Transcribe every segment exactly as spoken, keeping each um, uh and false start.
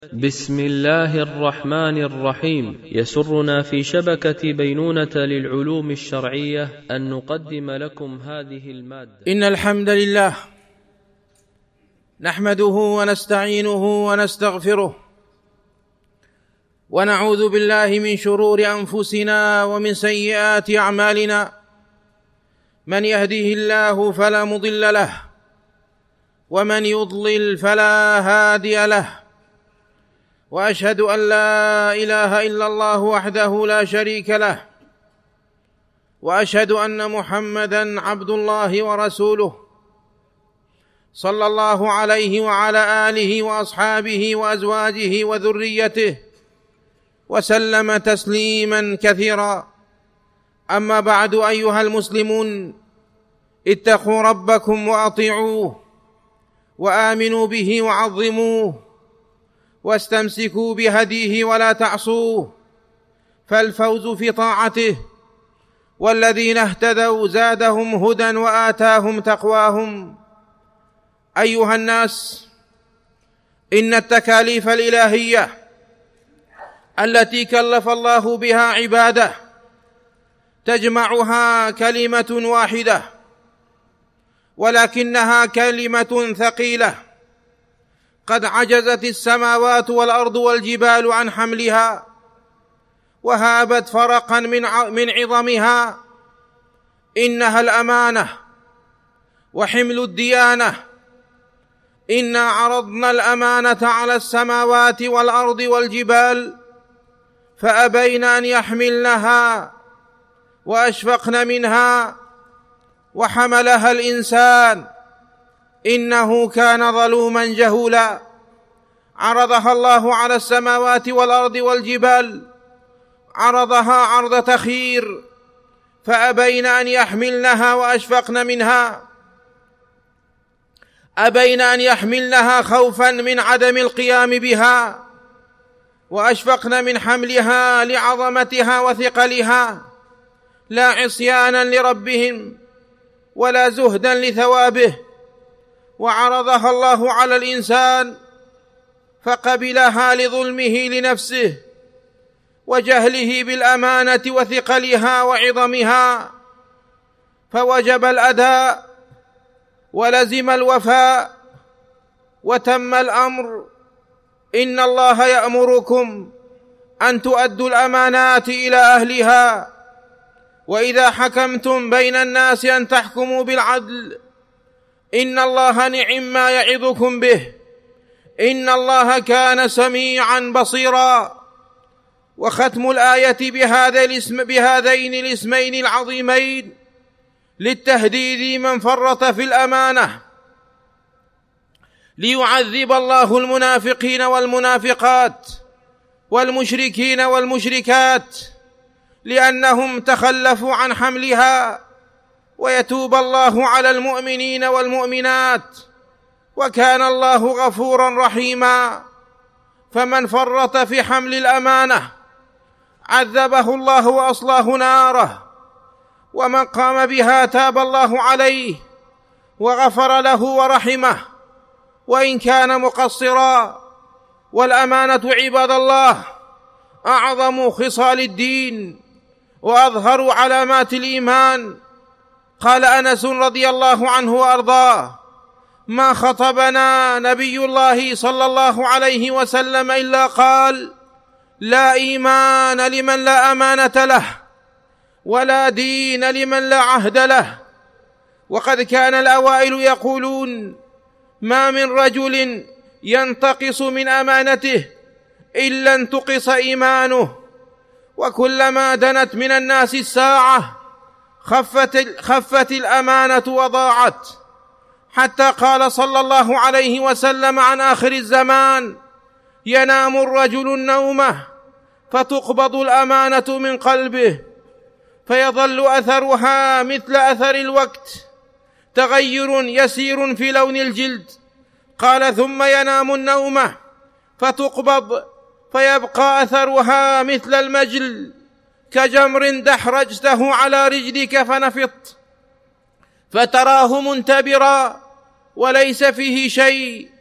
بسم الله الرحمن الرحيم. يسرنا في شبكة بينونة للعلوم الشرعية أن نقدم لكم هذه المادة. إن الحمد لله نحمده ونستعينه ونستغفره ونعوذ بالله من شرور أنفسنا ومن سيئات أعمالنا. من يهده الله فلا مضل له ومن يضلل فلا هادي له، وأشهد أن لا إله إلا الله وحده لا شريك له، وأشهد أن محمدًا عبد الله ورسوله صلى الله عليه وعلى آله وأصحابه وأزواجه وذريته وسلم تسليمًا كثيرا. أما بعد، أيها المسلمون، اتقوا ربكم وأطيعوه وآمنوا به وعظموه واستمسكوا بهديه ولا تعصوه، فالفوز في طاعته. والذين اهتدوا زادهم هدى وآتاهم تقواهم. أيها الناس، إن التكاليف الإلهية التي كلف الله بها عباده تجمعها كلمة واحدة، ولكنها كلمة ثقيلة قد عجزت السماوات والأرض والجبال عن حملها، وهابت فرقا من عظمها. إنها الأمانة وحمل الديانة. إنا عرضنا الأمانة على السماوات والأرض والجبال فأبين أن يحملنها وأشفقن منها وحملها الإنسان إنه كان ظلوما جهولا. عرضها الله على السماوات والأرض والجبال، عرضها عرض تخيير، فأبين أن يحملنها وأشفقن منها. أبين أن يحملنها خوفا من عدم القيام بها، وأشفقن من حملها لعظمتها وثقلها، لا عصيانا لربهم ولا زهدا لثوابه. وعرضها الله على الإنسان فقبلها لظلمه لنفسه وجهله بالأمانة وثقلها وعظمها، فوجب الأداء ولزم الوفاء وتم الأمر. إن الله يأمركم أن تؤدوا الأمانات إلى أهلها، وإذا حكمتم بين الناس أن تحكموا بالعدل. إن الله نعم ما يعظكم به، إن الله كان سميعا بصيرا. وختم الآية بهذا الاسم بهذين الاسمين العظيمين للتهديد من فرط في الأمانة، ليعذب الله المنافقين والمنافقات والمشركين والمشركات لأنهم تخلفوا عن حملها، ويتوب الله على المؤمنين والمؤمنات، وكان الله غفورا رحيما. فمن فرط في حمل الأمانة عذبه الله وأصلاه ناره، ومن قام بها تاب الله عليه وغفر له ورحمه وإن كان مقصرا. والأمانة عباد الله أعظم خصال الدين وأظهر علامات الإيمان. قال أنس رضي الله عنه وأرضاه: ما خطبنا نبي الله صلى الله عليه وسلم إلا قال: لا إيمان لمن لا أمانة له، ولا دين لمن لا عهد له. وقد كان الأوائل يقولون: ما من رجل ينتقص من أمانته إلا انتقص إيمانه. وكلما دنت من الناس الساعة خفت, خفت الأمانة وضاعت، حتى قال صلى الله عليه وسلم عن آخر الزمان: ينام الرجل النومة فتقبض الأمانة من قلبه فيظل أثرها مثل أثر الوقت، تغير يسير في لون الجلد. قال: ثم ينام النومة فتقبض فيبقى أثرها مثل المجل، كجمر دحرجته على رجلك فنفط فتراه منتبرا وليس فيه شيء،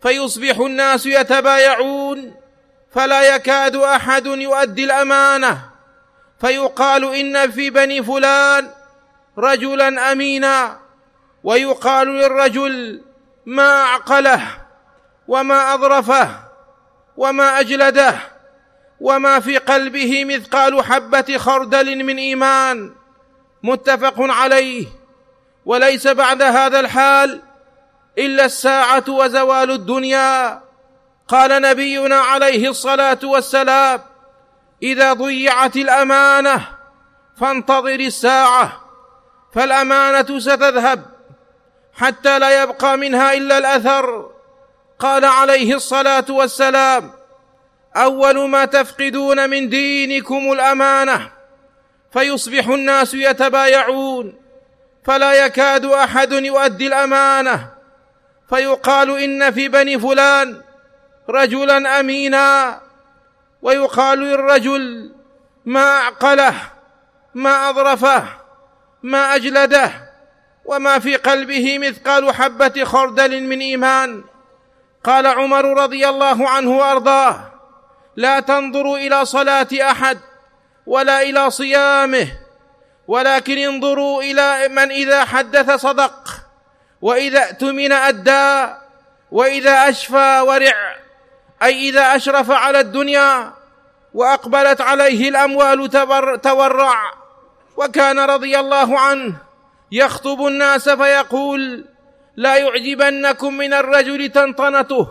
فيصبح الناس يتبايعون فلا يكاد أحد يؤدي الأمانة، فيقال إن في بني فلان رجلا أمينا، ويقال للرجل ما أعقله وما أظرفه وما أجلده وما في قلبه مثقال حبة خردل من إيمان. متفق عليه. وليس بعد هذا الحال إلا الساعة وزوال الدنيا. قال نبينا عليه الصلاة والسلام: إذا ضيعت الأمانة فانتظر الساعة، فالأمانة ستذهب حتى لا يبقى منها إلا الأثر. قال عليه الصلاة والسلام: أول ما تفقدون من دينكم الأمانة، فيصبح الناس يتبايعون فلا يكاد أحد يؤدي الأمانة، فيقال إن في بني فلان رجلا أمينا، ويقال للرجل ما أعقله ما أظرفه ما أجلده وما في قلبه مثقال حبة خردل من إيمان. قال عمر رضي الله عنه وأرضاه: لا تنظروا إلى صلاة أحد ولا إلى صيامه، ولكن انظروا إلى من إذا حدث صدق، وإذا اؤتمن أدى، وإذا أشفى ورع، أي إذا أشرف على الدنيا وأقبلت عليه الأموال تورع. وكان رضي الله عنه يخطب الناس فيقول: لا يعجبنكم من الرجل تنطنته،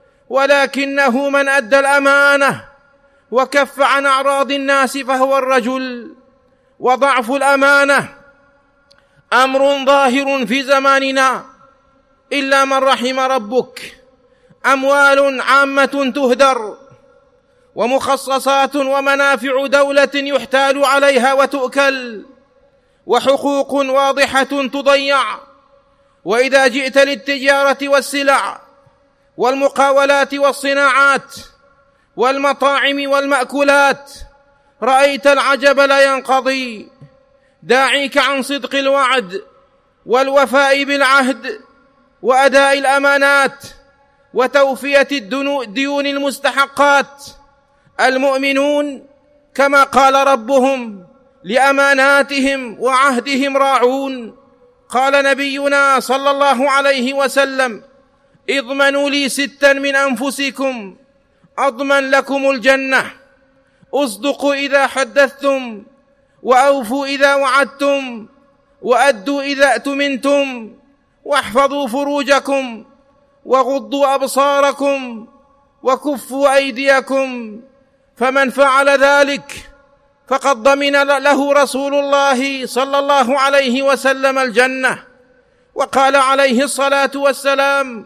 ولكنه من أدى الأمانة وكف عن أعراض الناس فهو الرجل. وضعف الأمانة أمر ظاهر في زماننا إلا من رحم ربك. أموال عامة تهدر، ومخصصات ومنافع دولة يحتال عليها وتؤكل، وحقوق واضحة تضيع. وإذا جئت للتجارة والسلع والمقاولات والصناعات والمطاعم والمأكولات رأيت العجب لا ينقضي، داعيك عن صدق الوعد والوفاء بالعهد وأداء الأمانات وتوفية الديون المستحقات. المؤمنون كما قال ربهم لأماناتهم وعهدهم راعون. قال نبينا صلى الله عليه وسلم: اضمنوا لي ستا من أنفسكم أضمن لكم الجنة: اصدقوا إذا حدثتم، وأوفوا إذا وعدتم، وأدوا إذا اؤتمنتم، واحفظوا فروجكم، وغضوا أبصاركم، وكفوا أيديكم. فمن فعل ذلك فقد ضمن له رسول الله صلى الله عليه وسلم الجنة. وقال عليه الصلاة والسلام: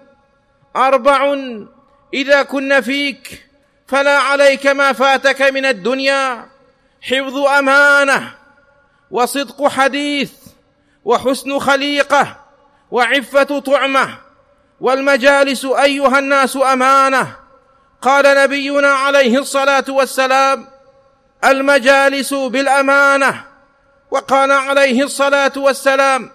أربع إذا كن فيك فلا عليك ما فاتك من الدنيا: حفظ أمانة، وصدق حديث، وحسن خليقة، وعفة طعمة. والمجالس أيها الناس أمانة. قال نبينا عليه الصلاة والسلام: المجالس بالأمانة. وقال عليه الصلاة والسلام: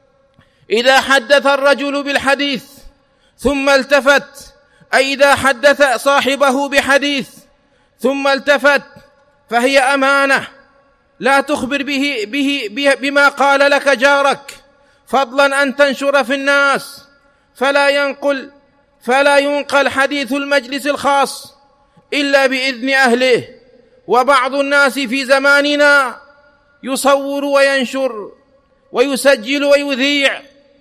إذا حدث الرجل بالحديث ثم التفت، أي إذا حدث صاحبه بحديث ثم التفت فهي أمانة، لا تخبر به, به, به بما قال لك جارك، فضلا أن تنشر في الناس. فلا ينقل فلا ينقل حديث المجلس الخاص إلا بإذن أهله. وبعض الناس في زماننا يصور وينشر ويسجل ويذيع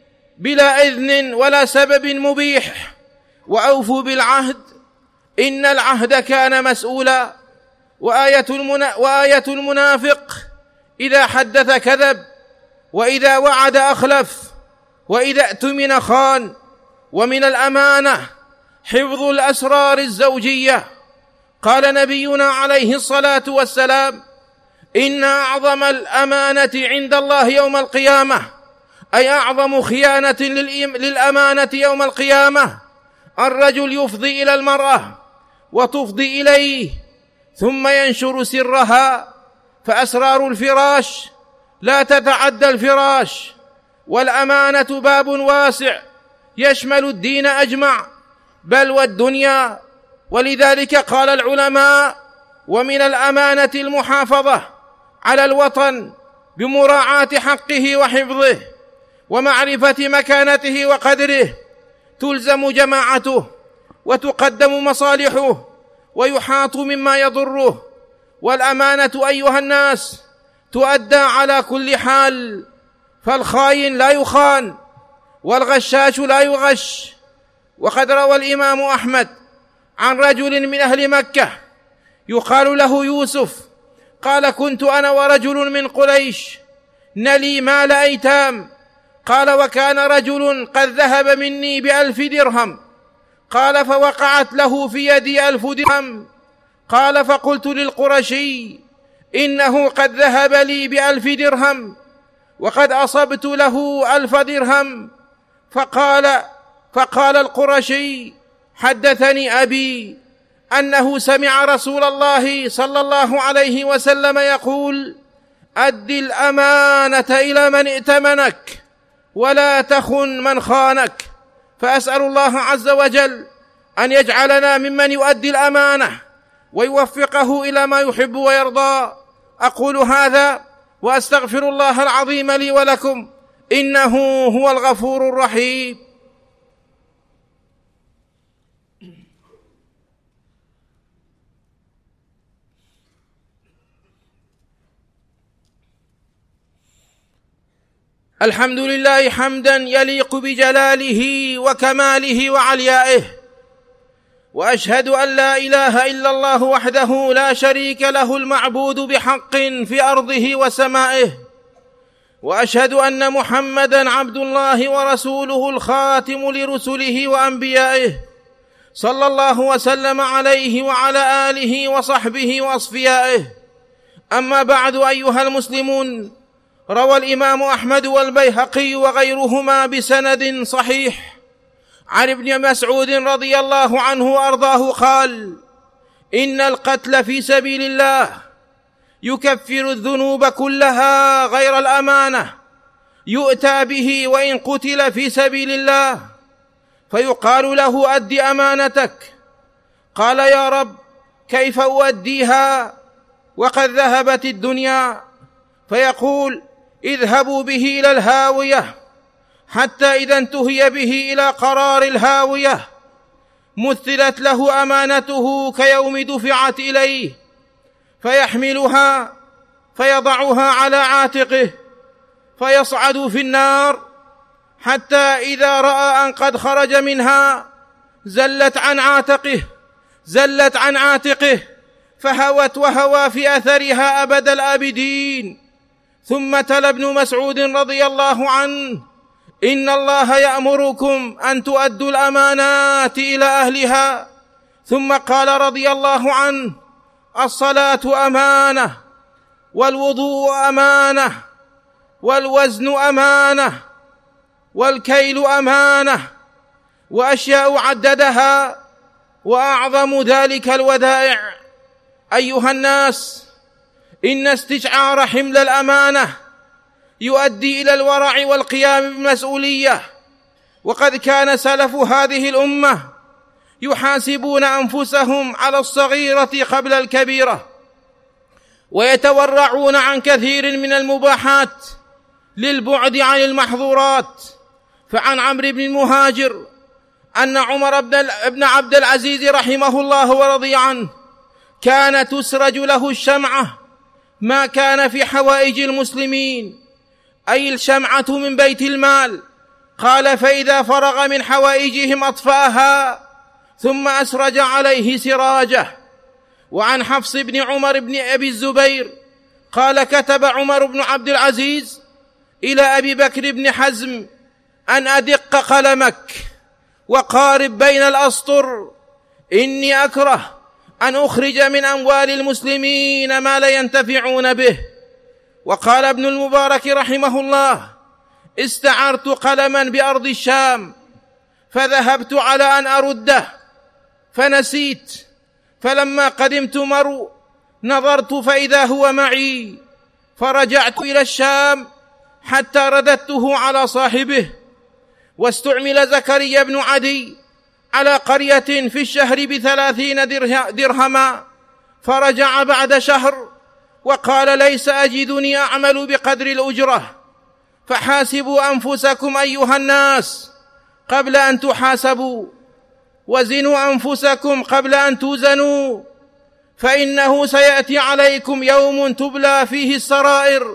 بلا إذن ولا سبب مبيح. وأوفوا بالعهد إن العهد كان مسؤولا. وآية, المنا... وآية المنافق إذا حدث كذب، وإذا وعد أخلف، وإذا اؤتمن خان. ومن الأمانة حفظ الأسرار الزوجية. قال نبينا عليه الصلاة والسلام: إن أعظم الأمانة عند الله يوم القيامة، أي أعظم خيانة للأمانة يوم القيامة، الرجل يفضي إلى المرأة وتفضي إليه ثم ينشر سرها، فأسرار الفراش لا تتعدى الفراش. والأمانة باب واسع يشمل الدين أجمع، بل والدنيا. ولذلك قال العلماء: ومن الأمانة المحافظة على الوطن بمراعاة حقه وحفظه ومعرفة مكانته وقدره، تلزم جماعته وتقدم مصالحه ويحاط مما يضره. والأمانة أيها الناس تؤدى على كل حال، فالخاين لا يخان والغشاش لا يغش. وقد روى الإمام أحمد عن رجل من أهل مكة يقال له يوسف قال: كنت أنا ورجل من قريش نلي مال أيتام. قال: وكان رجل قد ذهب مني بألف درهم. قال: فوقعت له في يدي ألف درهم. قال: فقلت للقرشي: إنه قد ذهب لي بألف درهم وقد أصبت له ألف درهم. فقال فقال القرشي: حدثني أبي أنه سمع رسول الله صلى الله عليه وسلم يقول: أد الأمانة إلى من ائتمنك ولا تخن من خانك. فأسأل الله عز وجل أن يجعلنا ممن يؤدي الأمانة ويوفقه إلى ما يحب ويرضى. أقول هذا وأستغفر الله العظيم لي ولكم، إنه هو الغفور الرحيم. الحمد لله حمدا يليق بجلاله وكماله وعليائه، وأشهد أن لا إله إلا الله وحده لا شريك له المعبود بحق في أرضه وسمائه، وأشهد أن محمدا عبد الله ورسوله الخاتم لرسله وأنبيائه، صلى الله وسلم عليه وعلى آله وصحبه وأصفيائه. أما بعد أيها المسلمون، روى الإمام أحمد والبيهقي وغيرهما بسند صحيح عن ابن مسعود رضي الله عنه وأرضاه قال: إن القتل في سبيل الله يكفر الذنوب كلها غير الأمانة، يؤتى به وإن قتل في سبيل الله فيقال له: أد أمانتك. قال: يا رب، كيف أؤديها وقد ذهبت الدنيا؟ فيقول: اذهبوا به إلى الهاوية، حتى إذا انتهي به إلى قرار الهاوية مثلت له أمانته كيوم دفعت إليه، فيحملها فيضعها على عاتقه فيصعد في النار، حتى إذا رأى أن قد خرج منها زلت عن عاتقه زلت عن عاتقه فهوت وهوى في أثرها أبد الآبدين. ثم تلا ابن مسعود رضي الله عنه: إن الله يأمركم أن تؤدوا الأمانات إلى أهلها. ثم قال رضي الله عنه: الصلاة أمانة، والوضوء أمانة، والوزن أمانة، والكيل أمانة، وأشياء عددها، وأعظم ذلك الودائع. أيها الناس، إن استشعار حمل الأمانة يؤدي إلى الورع والقيام بمسؤولية، وقد كان سلف هذه الأمة يحاسبون أنفسهم على الصغيرة قبل الكبيرة، ويتورعون عن كثير من المباحات للبعد عن المحظورات. فعن عمرو بن المهاجر أن عمر بن عبد العزيز رحمه الله ورضي عنه كان تسرج له الشمعة ما كان في حوائج المسلمين، أي الشمعة من بيت المال. قال: فإذا فرغ من حوائجهم أطفأها ثم أسرج عليه سراجه. وعن حفص بن عمر بن أبي الزبير قال: كتب عمر بن عبد العزيز إلى أبي بكر بن حزم أن أدق قلمك وقارب بين الأسطر، إني أكره أن أخرج من أموال المسلمين ما لا ينتفعون به. وقال ابن المبارك رحمه الله: استعرت قلما بأرض الشام فذهبت على أن أرده فنسيت، فلما قدمت مرو نظرت فإذا هو معي، فرجعت إلى الشام حتى رددته على صاحبه. واستعمل زكريا بن عدي على قرية في الشهر بثلاثين درهما، فرجع بعد شهر وقال: ليس أجدني أعمل بقدر الأجرة، فحاسبوا أنفسكم أيها الناس قبل أن تحاسبوا، وزنوا أنفسكم قبل أن توزنوا، فإنه سيأتي عليكم يوم تبلى فيه السرائر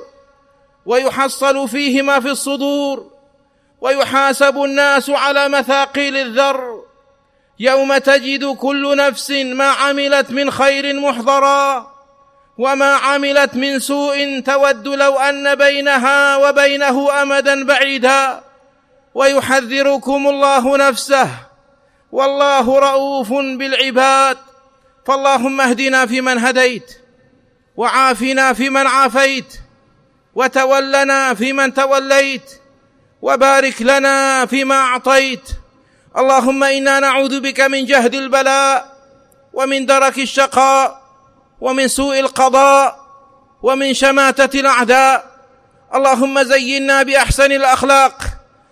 ويحصل فيه ما في الصدور، ويحاسب الناس على مثاقيل الذر، يوم تجد كل نفس ما عملت من خير محضرا، وما عملت من سوء تود لو أن بينها وبينه أمدا بعيدا، ويحذركم الله نفسه، والله رؤوف بالعباد. فاللهم اهدنا فيمن هديت، وعافنا فيمن عافيت، وتولنا فيمن توليت، وبارك لنا فيما أعطيت. اللهم إنا نعوذ بك من جهد البلاء، ومن درك الشقاء، ومن سوء القضاء، ومن شماتة الأعداء. اللهم زينا بأحسن الأخلاق،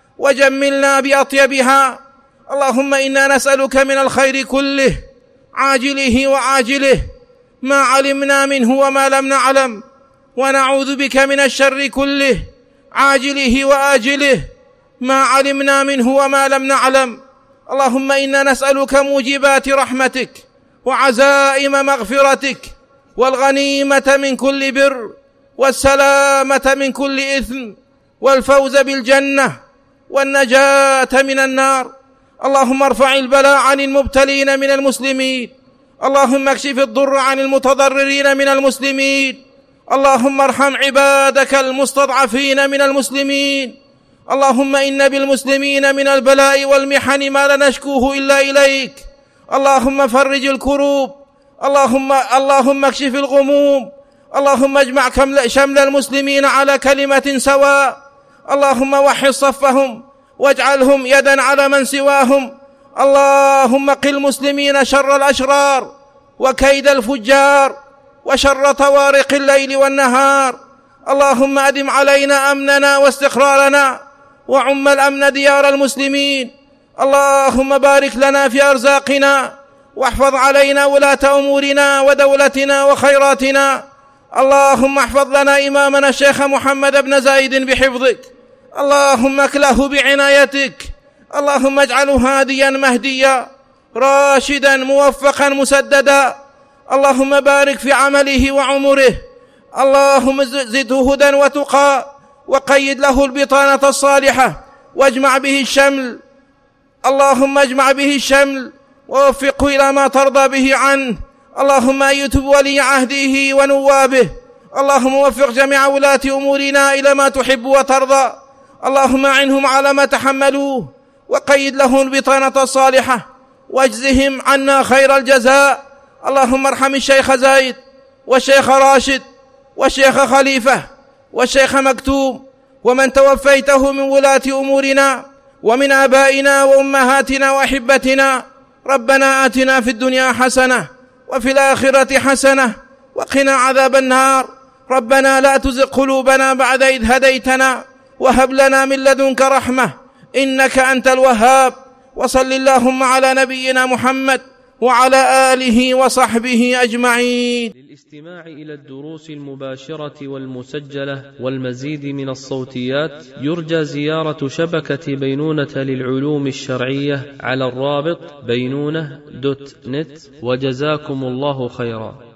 وجملنا بأطيبها. اللهم إنا نسألك من الخير كله عاجله وعاجله، ما علمنا منه وما لم نعلم، ونعوذ بك من الشر كله عاجله وآجله، ما علمنا منه وما لم نعلم. اللهم إنا نسألك موجبات رحمتك، وعزائم مغفرتك، والغنيمة من كل بر، والسلامة من كل إثم، والفوز بالجنة، والنجاة من النار. اللهم ارفع البلاء عن المبتلين من المسلمين، اللهم اكشف الضر عن المتضررين من المسلمين، اللهم ارحم عبادك المستضعفين من المسلمين. اللهم إن بالمسلمين من البلاء والمحن ما لا نشكوه إلا إليك. اللهم فرج الكروب، اللهم اللهم اكشف الغموم، اللهم اجمع شمل المسلمين على كلمة سواء، اللهم وحد صفهم واجعلهم يدا على من سواهم. اللهم قل المسلمين شر الأشرار، وكيد الفجار، وشر طوارق الليل والنهار. اللهم أدم علينا أمننا واستقرارنا، وعم الأمن ديار المسلمين. اللهم بارك لنا في أرزاقنا، واحفظ علينا ولاة أمورنا ودولتنا وخيراتنا. اللهم احفظ لنا إمامنا الشيخ محمد بن زايد بحفظك، اللهم اكله بعنايتك، اللهم اجعله هاديا مهديا، راشدا موفقا مسددا. اللهم بارك في عمله وعمره، اللهم زده هدى وتقى، وقيد له البطانة الصالحة، واجمع به الشمل. اللهم اجمع به الشمل، ووفقه إلى ما ترضى به عنه. اللهم أيد ولي عهده ونوابه، اللهم وفق جميع ولاة أمورنا إلى ما تحب وترضى. اللهم أعنهم على ما تحملوه، وقيد لهم البطانة الصالحة، واجزهم عنا خير الجزاء. اللهم ارحم الشيخ زايد، والشيخ راشد، والشيخ خليفة، والشيخ مكتوم، ومن توفيته من ولاة أمورنا، ومن آبائنا وأمهاتنا وأحبتنا. ربنا آتنا في الدنيا حسنة، وفي الآخرة حسنة، وقنا عذاب النار. ربنا لا تزغ قلوبنا بعد إذ هديتنا، وهب لنا من لدنك رحمة، إنك أنت الوهاب. وصل اللهم على نبينا محمد وعلى آله وصحبه أجمعين. للاستماع إلى الدروس المباشرة والمسجلة والمزيد من الصوتيات، يرجى زيارة شبكة بينونة للعلوم الشرعية على الرابط بينونة دوت نت. وجزاكم الله خيرا.